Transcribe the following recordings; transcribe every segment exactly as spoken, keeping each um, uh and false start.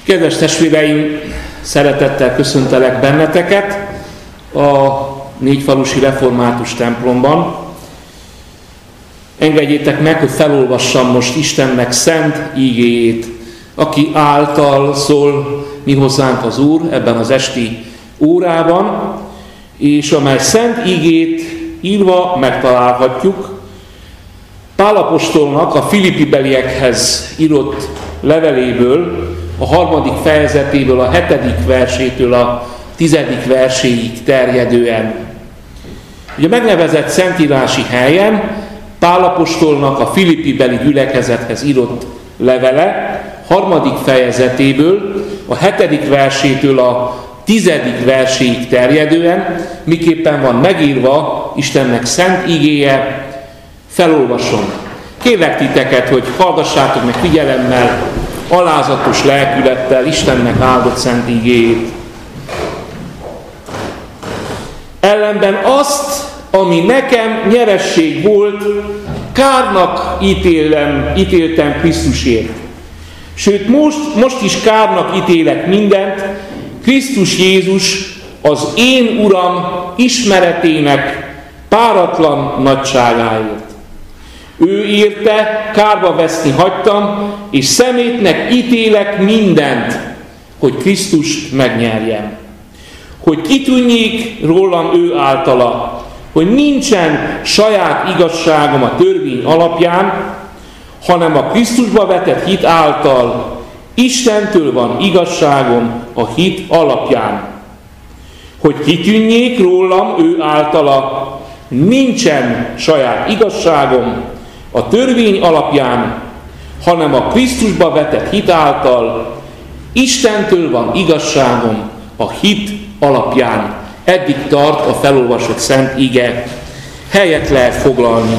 Kedves testvéreim, szeretettel köszöntelek benneteket a Négyfalusi Református templomban. Engedjétek meg, hogy felolvassam most Istennek szent ígéjét, aki által szól mi hozzánk az Úr ebben az esti órában, és amely szent ígét írva megtalálhatjuk Pál apostolnak a Filippi-beliekhez írott leveléből, a harmadik fejezetéből, a hetedik versétől a tizedik verséig terjedően. Ugye a megnevezett szentírási helyen Pál apostolnak a Filippi-beli gyülekezethez írott levele harmadik fejezetéből, a hetedik versétől a tizedik verséig terjedően, miképpen van megírva Istennek szent ígéje, felolvasom. Kérlek titeket, hogy hallgassátok meg figyelemmel, alázatos lelkülettel Istennek áldott szent ígéjét. Ellenben azt, ami nekem nyeresség volt, kárnak ítélem, ítéltem Krisztusért. Sőt, most, most is kárnak ítélek mindent, Krisztus Jézus az én Uram ismeretének páratlan nagyságáért. Ő érte, kárba veszni hagytam, és szemétnek ítélek mindent, hogy Krisztust megnyerjem. Hogy kitűnjék rólam ő általa, hogy nincsen saját igazságom a törvény alapján, hanem a Krisztusba vetett hit által Istentől van igazságom a hit alapján. Hogy kitűnjék rólam ő általa, nincsen saját igazságom a törvény alapján, hanem a Krisztusba vetett hit által Istentől van igazságom a hit alapján. Eddig tart a felolvasott szent ige. Helyet lehet foglalni.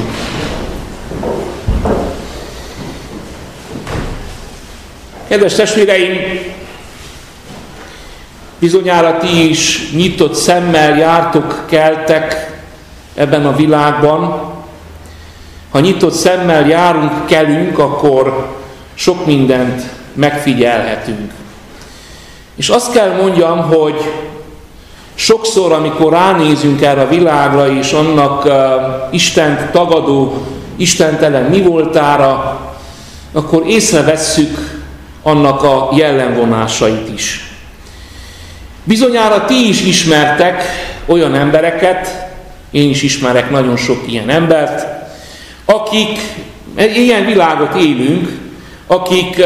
Kedves testvéreim, bizonyára ti is nyitott szemmel jártok, keltek ebben a világban. Ha nyitott szemmel járunk, kelünk, akkor sok mindent megfigyelhetünk. És azt kell mondjam, hogy sokszor, amikor ránézünk erre a világra, és annak uh, Istent tagadó, istentelen mi voltára, akkor észrevesszük annak a jellemvonásait is. Bizonyára ti is ismertek olyan embereket, én is ismerek nagyon sok ilyen embert, akik, ilyen világot élünk, akik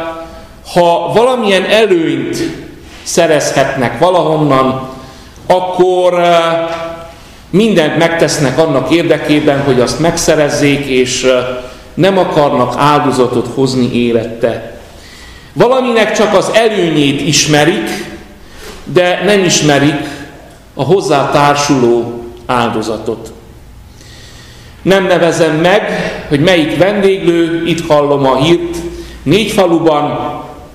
ha valamilyen előnyt szerezhetnek valahonnan, akkor mindent megtesznek annak érdekében, hogy azt megszerezzék, és nem akarnak áldozatot hozni érette. Valaminek csak az előnyét ismerik, de nem ismerik a hozzá társuló áldozatot. Nem nevezem meg, hogy melyik vendéglő, itt hallom a hírt, Négyfaluban.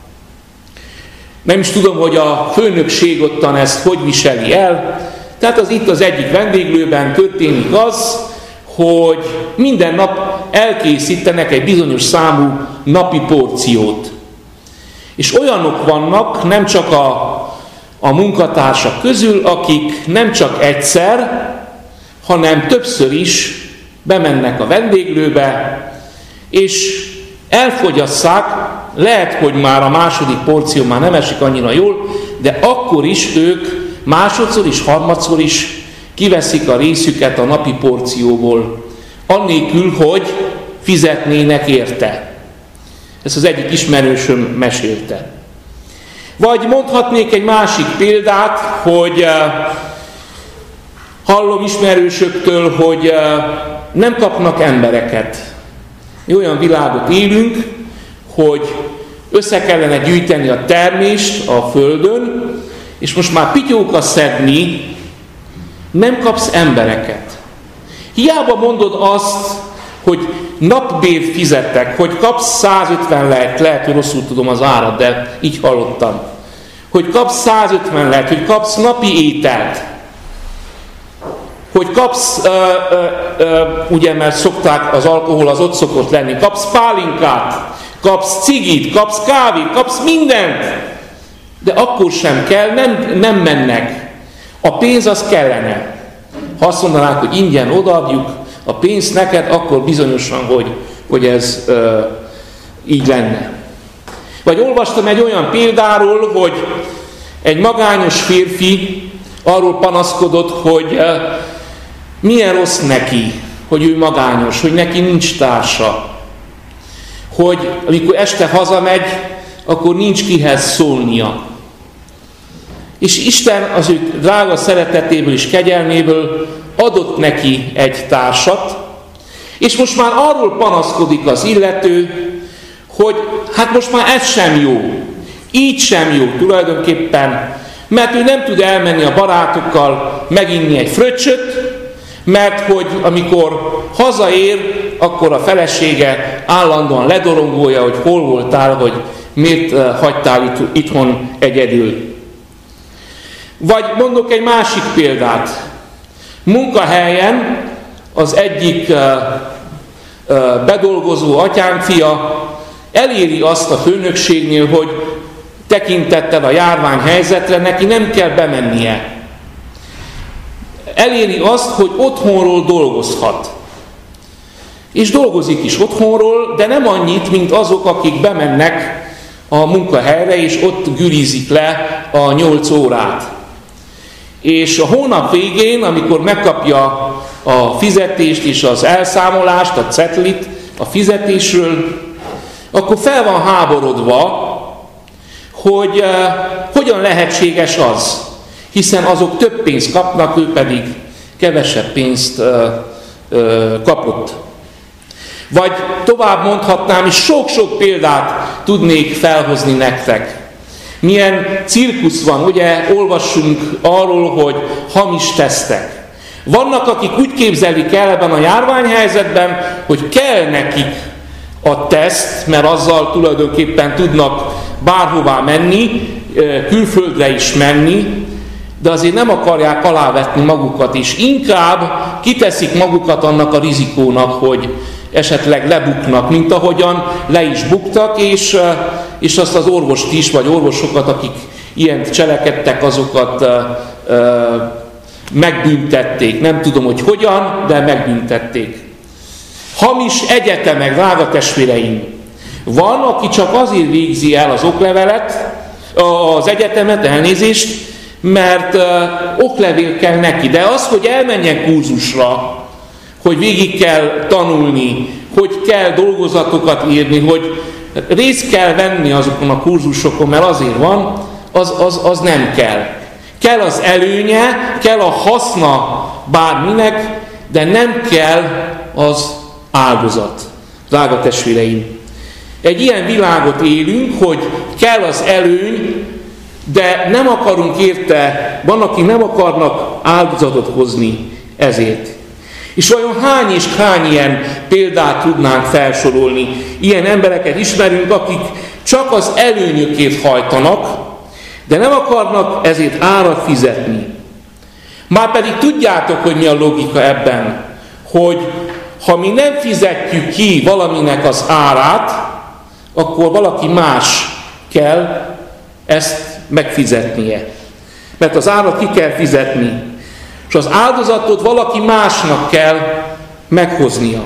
Nem is tudom, hogy a főnökség ottan ezt hogy viseli el. Tehát az itt az egyik vendéglőben történik az, hogy minden nap elkészítenek egy bizonyos számú napi porciót. És olyanok vannak, nem csak a, a munkatársak közül, akik nem csak egyszer, hanem többször is bemennek a vendéglőbe, és elfogyasszák, lehet, hogy már a második porció már nem esik annyira jól, de akkor is ők másodszor is, harmadszor is kiveszik a részüket a napi porcióból, annélkül, hogy fizetnének érte. Ezt az egyik ismerősöm mesélte. Vagy mondhatnék egy másik példát, hogy uh, hallom ismerősöktől, hogy uh, nem kapnak embereket. Mi olyan világot élünk, hogy össze kellene gyűjteni a termést a földön, és most már pityóka szedni, nem kapsz embereket. Hiába mondod azt, hogy napbért fizettek, hogy kapsz százötven lehet, lehet, hogy rosszul tudom az árat, de így hallottam. Hogy kapsz százötven lehet, hogy kapsz napi ételt, hogy kapsz, ö, ö, ö, ugye, mert szokták, az alkohol az ott szokott lenni, kapsz pálinkát, kapsz cigit, kapsz kávét, kapsz mindent, de akkor sem kell, nem, nem mennek. A pénz az kellene. Ha azt mondanák, hogy ingyen odaadjuk a pénzt neked, akkor bizonyosan, hogy, hogy ez ö, így lenne. Vagy olvastam egy olyan példáról, hogy egy magányos férfi arról panaszkodott, hogy ö, milyen rossz neki, hogy ő magányos, hogy neki nincs társa. Hogy amikor este hazamegy, akkor nincs kihez szólnia. És Isten az ő drága szeretetéből és kegyelméből adott neki egy társat, és most már arról panaszkodik az illető, hogy hát most már ez sem jó, így sem jó tulajdonképpen, mert ő nem tud elmenni a barátokkal meginni egy fröccsöt, mert hogy amikor hazaér, akkor a felesége állandóan ledorongolja, hogy hol voltál, hogy miért hagytál itt, itthon egyedül. Vagy mondok egy másik példát. Munkahelyen az egyik uh, uh, bedolgozó atyámfia eléri azt a főnökségnél, hogy tekintettel a járványhelyzetre neki nem kell bemennie. Eléri azt, hogy otthonról dolgozhat. És dolgozik is otthonról, de nem annyit, mint azok, akik bemennek a munkahelyre, és ott gülizik le a nyolc órát. És a hónap végén, amikor megkapja a fizetést és az elszámolást, a cetlit a fizetésről, akkor fel van háborodva, hogy uh, hogyan lehetséges az, hiszen azok több pénzt kapnak, ő pedig kevesebb pénzt uh, uh, kapott. Vagy tovább mondhatnám, és sok-sok példát tudnék felhozni nektek. Milyen cirkusz van, ugye olvassunk arról, hogy hamis tesztek. Vannak, akik úgy képzelik el ebben a járványhelyzetben, hogy kell nekik a teszt, mert azzal tulajdonképpen tudnak bárhová menni, külföldre is menni, de azért nem akarják alávetni magukat, és inkább kiteszik magukat annak a rizikónak, hogy esetleg lebuknak, mint ahogyan le is buktak, és, és azt az orvost is, vagy orvosokat, akik ilyen cselekedtek, azokat uh, uh, megbüntették. Nem tudom, hogy hogyan, de megbüntették. Hamis egyetemek, drága testvéreim. Van, aki csak azért végzi el az oklevelet, az egyetemet, elnézést, mert uh, oklevél kell neki. De az, hogy elmenjen kurzusra, hogy végig kell tanulni, hogy kell dolgozatokat írni, hogy részt kell venni azokon a kurzusokon, mert azért van, az, az, az nem kell. Kell az előnye, kell a haszna bárminek, de nem kell az áldozat. Drága testvéreim, egy ilyen világot élünk, hogy kell az előny, de nem akarunk érte, van, aki nem akarnak áldozatot hozni ezért. És vajon hány és hány ilyen példát tudnánk felsorolni? Ilyen embereket ismerünk, akik csak az előnyökért hajtanak, de nem akarnak ezért árat fizetni. Márpedig tudjátok, hogy mi a logika ebben, hogy ha mi nem fizetjük ki valaminek az árát, akkor valaki más kell ezt megfizetnie. Mert az árat ki kell fizetni. És az áldozatot valaki másnak kell meghoznia.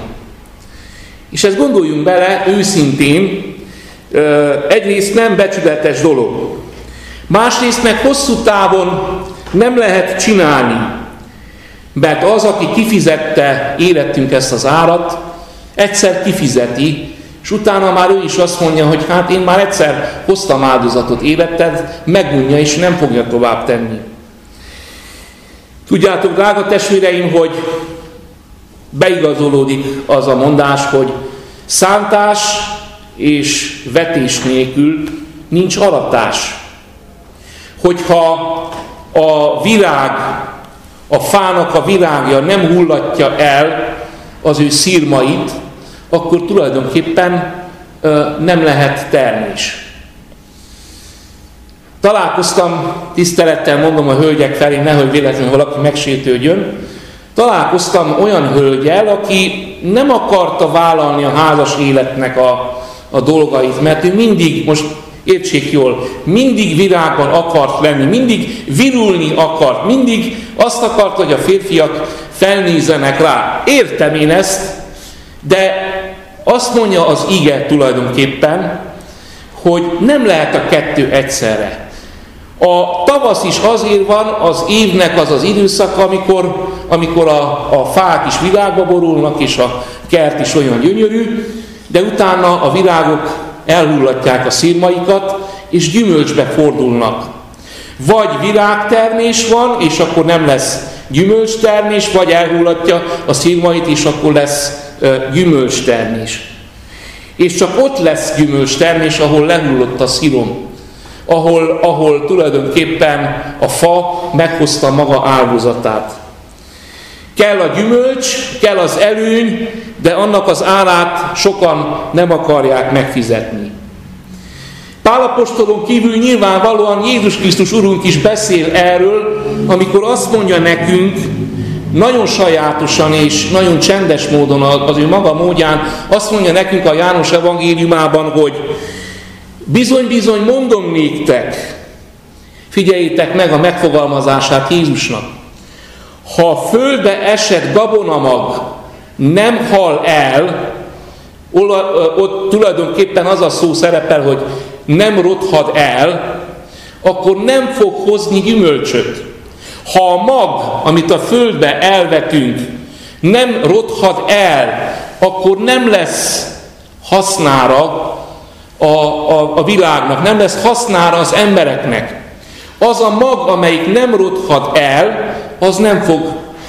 És ezt gondoljunk bele őszintén, egyrészt nem becsületes dolog. Másrészt meg hosszú távon nem lehet csinálni, mert az, aki kifizette életünk ezt az árat, egyszer kifizeti, és utána már ő is azt mondja, hogy hát én már egyszer hoztam áldozatot életed, megunja és nem fogja tovább tenni. Tudjátok, drága testvéreim, hogy beigazolódik az a mondás, hogy szántás és vetés nélkül nincs aratás. Hogyha a virág, a fának a virágja nem hullatja el az ő szirmait, akkor tulajdonképpen ö, nem lehet termés. Találkoztam, tisztelettel mondom a hölgyek felé, nehogy véletlenül valaki megsértődjön, találkoztam olyan hölgyel, aki nem akarta vállalni a házas életnek a, a dolgait, mert ő mindig, most értsék jól, mindig virágban akart lenni, mindig virulni akart, mindig azt akart, hogy a férfiak felnézzenek rá. Értem én ezt, de azt mondja az ige tulajdonképpen, hogy nem lehet a kettő egyszerre. A tavasz is azért van, az évnek az az időszaka, amikor, amikor a, a fák is virágba borulnak, és a kert is olyan gyönyörű, de utána a virágok elhullatják a szirmaikat, és gyümölcsbe fordulnak. Vagy virágtermés van, és akkor nem lesz gyümölcstermés, vagy elhullatja a szirmait, és akkor lesz uh, gyümölcstermés. És csak ott lesz gyümölcstermés, ahol lehullott a szirom, ahol, ahol tulajdonképpen a fa meghozta maga áldozatát. Kell a gyümölcs, kell az előny, de annak az árát sokan nem akarják megfizetni. Pál apostolon kívül nyilvánvalóan Jézus Krisztus Urunk is beszél erről, amikor azt mondja nekünk, nagyon sajátosan és nagyon csendes módon az ő maga módján, azt mondja nekünk a János evangéliumában, hogy bizony-bizony mondom néktek, figyeljétek meg a megfogalmazását Jézusnak, ha a földbe esett gabonamag nem hal el, ott tulajdonképpen az a szó szerepel, hogy nem rothad el, akkor nem fog hozni gyümölcsöt. Ha a mag, amit a földbe elvetünk, nem rothad el, akkor nem lesz hasznára a, a, a világnak, nem lesz hasznára az embereknek. Az a mag, amelyik nem rothad el, az nem fog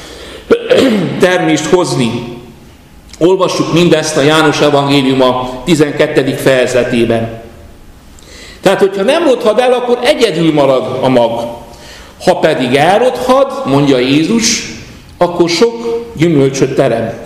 termést hozni. Olvassuk mindezt a János evangéliuma tizenkettedik fejezetében. Tehát, hogyha nem rothad el, akkor egyedül marad a mag. Ha pedig elrothad, mondja Jézus, akkor sok gyümölcsöt teremt.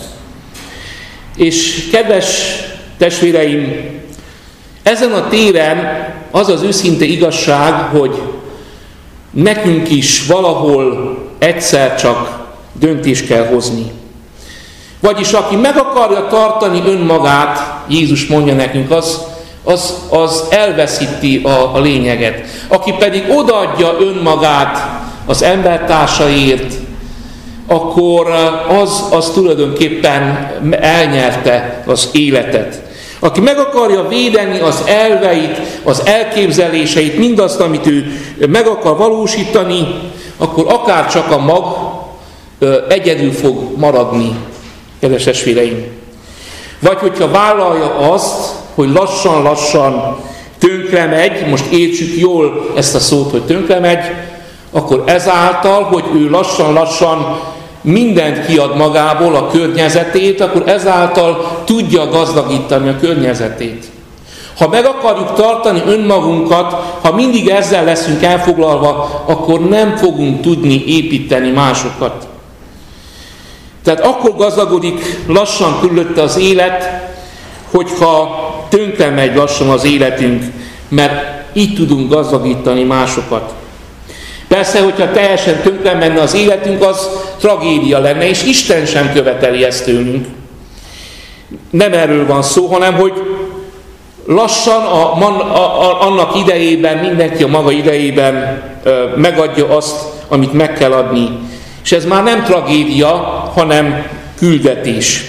És kedves testvéreim, ezen a téren az az őszinte igazság, hogy nekünk is valahol egyszer csak döntést kell hozni. Vagyis aki meg akarja tartani önmagát, Jézus mondja nekünk, az, az, az elveszíti a, a lényeget. Aki pedig odaadja önmagát az embertársaiért, akkor az, az tulajdonképpen elnyerte az életet. Aki meg akarja védeni az elveit, az elképzeléseit, mindazt, amit ő meg akar valósítani, akkor akár csak a mag egyedül fog maradni, kedves testvéreim. Vagy hogyha vállalja azt, hogy lassan-lassan tönkre megy, most értsük jól ezt a szót, hogy tönkre megy, akkor ezáltal, hogy ő lassan-lassan mindent kiad magából, a környezetét, akkor ezáltal tudja gazdagítani a környezetét. Ha meg akarjuk tartani önmagunkat, ha mindig ezzel leszünk elfoglalva, akkor nem fogunk tudni építeni másokat. Tehát akkor gazdagodik lassan körülötte az élet, hogyha tönkre megy lassan az életünk, mert így tudunk gazdagítani másokat. Persze, hogyha teljesen tönkre menne az életünk, az tragédia lenne, és Isten sem követeli ezt tőlünk. Nem erről van szó, hanem hogy lassan a, a, a, annak idejében, mindenki a maga idejében ö, megadja azt, amit meg kell adni. És ez már nem tragédia, hanem küldetés.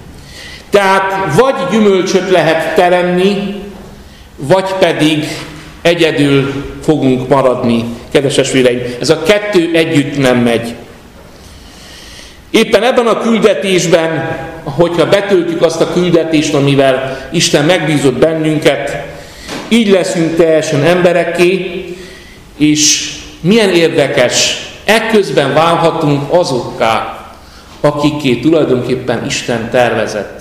Tehát vagy gyümölcsöt lehet teremni, vagy pedig egyedül fogunk maradni, kedves testvéreim. Ez a kettő együtt nem megy. Éppen ebben a küldetésben, hogyha betöltjük azt a küldetést, amivel Isten megbízott bennünket, így leszünk teljesen emberekké, és milyen érdekes, ekközben válhatunk azokká, akikké tulajdonképpen Isten tervezett.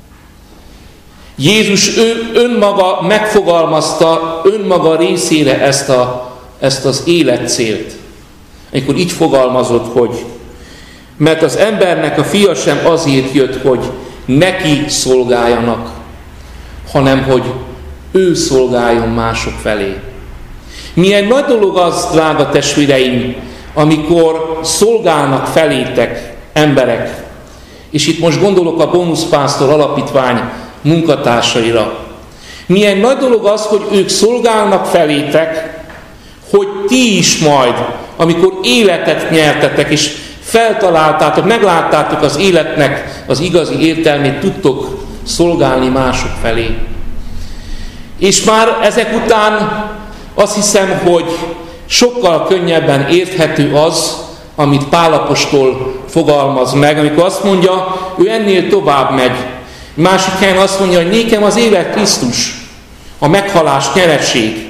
Jézus ő önmaga megfogalmazta önmaga részére ezt, a, ezt az életcélt. Amikor így fogalmazott, hogy mert az embernek a fia sem azért jött, hogy neki szolgáljanak, hanem hogy ő szolgáljon mások felé. Milyen nagy dolog az, drága testvéreim, amikor szolgálnak felétek emberek. És itt most gondolok a Bónuszpásztor Alapítvány munkatársaira. Milyen nagy dolog az, hogy ők szolgálnak felétek, hogy ti is majd, amikor életet nyertetek, és feltaláltátok, megláttátok az életnek az igazi értelmét, tudtok szolgálni mások felé. És már ezek után azt hiszem, hogy sokkal könnyebben érthető az, amit Pál apostol fogalmaz meg, amikor azt mondja, ő ennél tovább megy. Másik helyen azt mondja, hogy nékem az élet Krisztus, a meghalás nyeretség.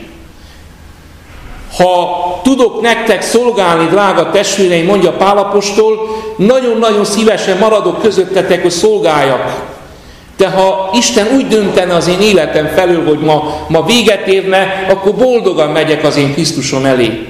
Ha tudok nektek szolgálni, drága testvéreim, mondja Pál apostol, nagyon-nagyon szívesen maradok közöttetek, hogy szolgáljak. De ha Isten úgy döntene az én életem felül, hogy ma, ma véget érne, akkor boldogan megyek az én Krisztusom elé.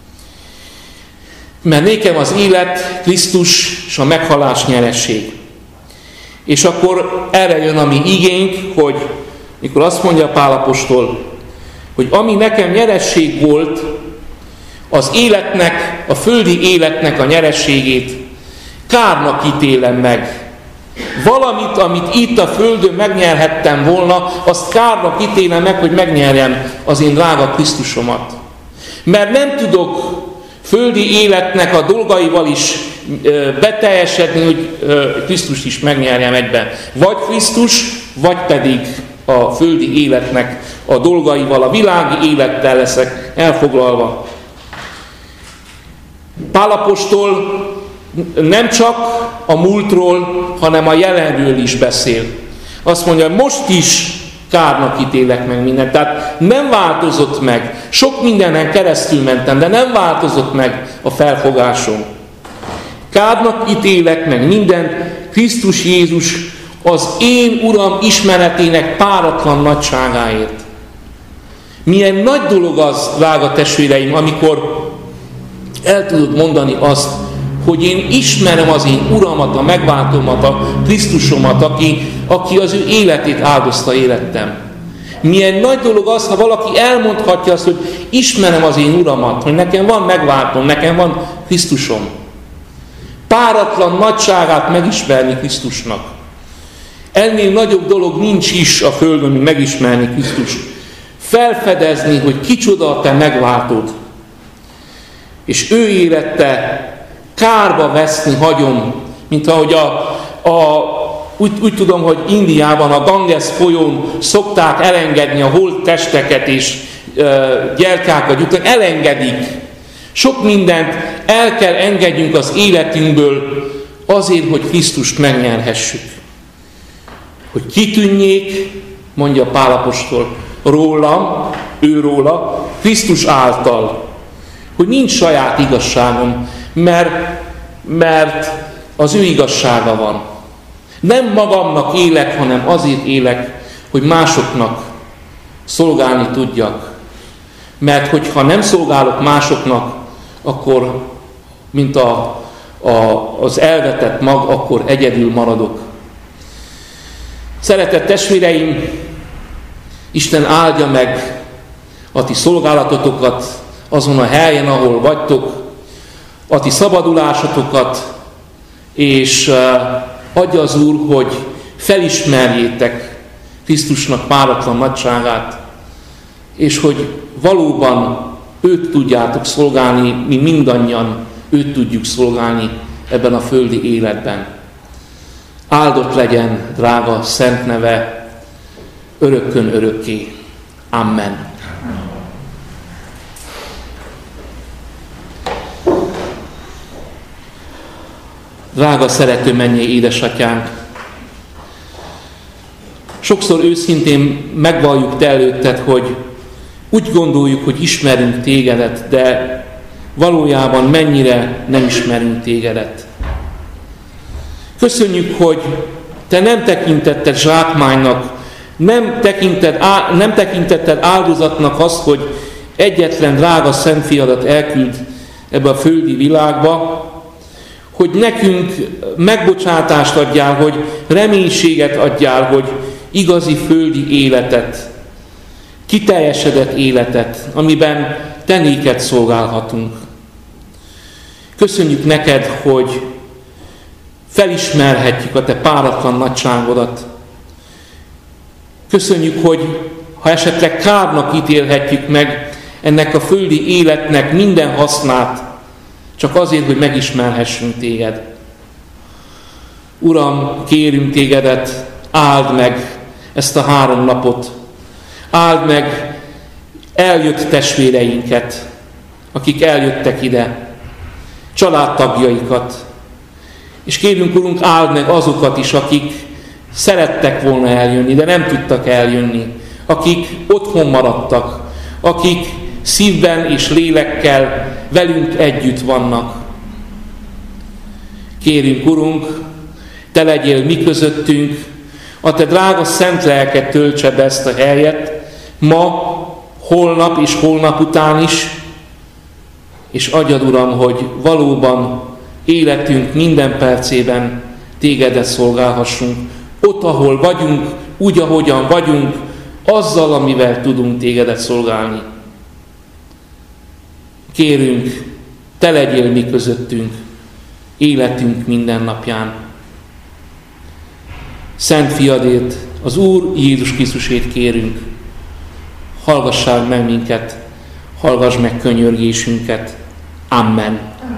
Mert nékem az élet Krisztus és a meghalás nyeresség. És akkor erre jön a mi igénk, hogy mikor azt mondja Pál apostol, hogy ami nekem nyeresség volt, az életnek, a földi életnek a nyerességét kárnak ítélem meg. Valamit, amit itt a földön megnyerhettem volna, azt kárnak ítélem meg, hogy megnyerjem az én drága Krisztusomat. Mert nem tudok földi életnek a dolgaival is beteljesedni, hogy Krisztust is megnyerjem egyben. Vagy Krisztus, vagy pedig a földi életnek a dolgaival, a világi élettel leszek elfoglalva. Pál apostol nem csak a múltról, hanem a jelenről is beszél. Azt mondja, hogy most is kárnak ítélek meg mindent. Tehát nem változott meg. Sok mindenen keresztül mentem, de nem változott meg a felfogásom. Kárnak ítélek meg mindent, Krisztus Jézus az én Uram ismeretének páratlan nagyságáért. Milyen nagy dolog az, drága testvéreim, amikor el tudod mondani azt, hogy én ismerem az én Uramat, a megváltómat, a Krisztusomat, aki, aki az ő életét áldozta élettem. Milyen nagy dolog az, ha valaki elmondhatja azt, hogy ismerem az én Uramat, hogy nekem van megváltóm, nekem van Krisztusom. Páratlan nagyságát megismerni Krisztusnak. Ennél nagyobb dolog nincs is a földön, mint megismerni Krisztust. Felfedezni, hogy kicsoda a te megváltód. És ő élette kárba veszni hagyom, mint ahogy a, a, úgy, úgy tudom, hogy Indiában a Ganges folyón szokták elengedni a holttesteket és e, gyertyákat gyújtani, elengedik. Sok mindent el kell engedjünk az életünkből azért, hogy Krisztust megnyerhessük. Hogy kitűnjék, mondja Pál apostol, rólam, ő róla, Krisztus által. Hogy nincs saját igazságom, mert, mert az ő igazsága van. Nem magamnak élek, hanem azért élek, hogy másoknak szolgálni tudjak. Mert hogyha nem szolgálok másoknak, akkor, mint a, a, az elvetett mag, akkor egyedül maradok. Szeretett testvéreim, Isten áldja meg a ti szolgálatotokat azon a helyen, ahol vagytok, a ti szabadulásotokat, és adja az Úr, hogy felismerjétek Krisztusnak páratlan nagyságát, és hogy valóban őt tudjátok szolgálni, mi mindannyian őt tudjuk szolgálni ebben a földi életben. Áldott legyen, drága szent neve, örökkön örökké. Amen. Drága szerető mennyei édesatyánk, sokszor őszintén megvalljuk te előtted, hogy úgy gondoljuk, hogy ismerünk tégedet, de valójában mennyire nem ismerünk tégedet. Köszönjük, hogy te nem tekintetted zsákmánynak, nem, tekinted, nem tekintetted áldozatnak azt, hogy egyetlen drága szent fiadat elküld ebbe a földi világba, hogy nekünk megbocsátást adjál, hogy reménységet adjál, hogy igazi földi életet, kiteljesedett életet, amiben te néked szolgálhatunk. Köszönjük neked, hogy felismerhetjük a te páratlan nagyságodat. Köszönjük, hogy ha esetleg kárnak ítélhetjük meg ennek a földi életnek minden hasznát, csak azért, hogy megismerhessünk téged. Uram, kérünk tégedet, áld meg ezt a három napot. Áld meg eljött testvéreinket, akik eljöttek ide, családtagjaikat. És kérünk, Urunk, áld meg azokat is, akik szerettek volna eljönni, de nem tudtak eljönni. Akik otthon maradtak, akik szívben és lélekkel velünk együtt vannak. Kérünk, Urunk, Te legyél mi közöttünk, a Te drága szent lelked töltse be ezt a helyet, ma, holnap és holnap után is, és adjad, Uram, hogy valóban életünk minden percében Tégedet szolgálhassunk. Ott, ahol vagyunk, úgy, ahogyan vagyunk, azzal, amivel tudunk Tégedet szolgálni. Kérünk, Te legyél mi közöttünk, életünk minden napján. Szent Fiadért, az Úr Jézus Krisztusét kérünk, hallgassál meg minket, hallgass meg könyörgésünket. Amen.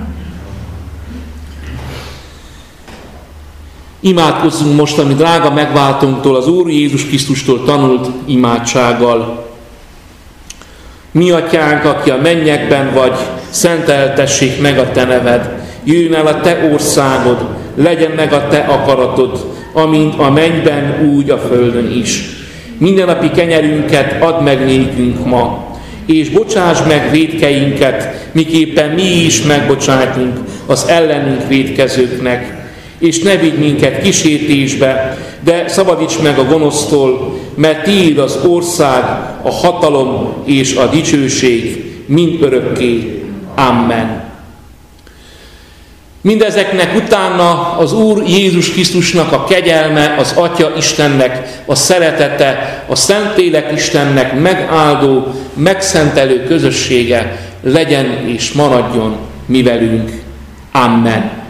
Imádkozzunk most a mi drága megváltónktól, az Úr Jézus Krisztustól tanult imádsággal. Mi atyánk, aki a mennyekben vagy, szenteltessék meg a Te neved. Jöjjön el a Te országod, legyen meg a Te akaratod, amint a mennyben, úgy a földön is. Mindennapi kenyerünket add meg nékünk ma, és bocsáss meg vétkeinket, miképpen mi is megbocsátunk az ellenünk vétkezőknek. És ne vigy minket kísértésbe, de szabadíts meg a gonosztól, mert Tiéd az ország, a hatalom és a dicsőség mind örökké. Amen. Mindezeknek utána az Úr Jézus Krisztusnak a kegyelme, az Atya Istennek a szeretete, a Szentlélek Istennek megáldó, megszentelő közössége legyen és maradjon mi velünk. Amen.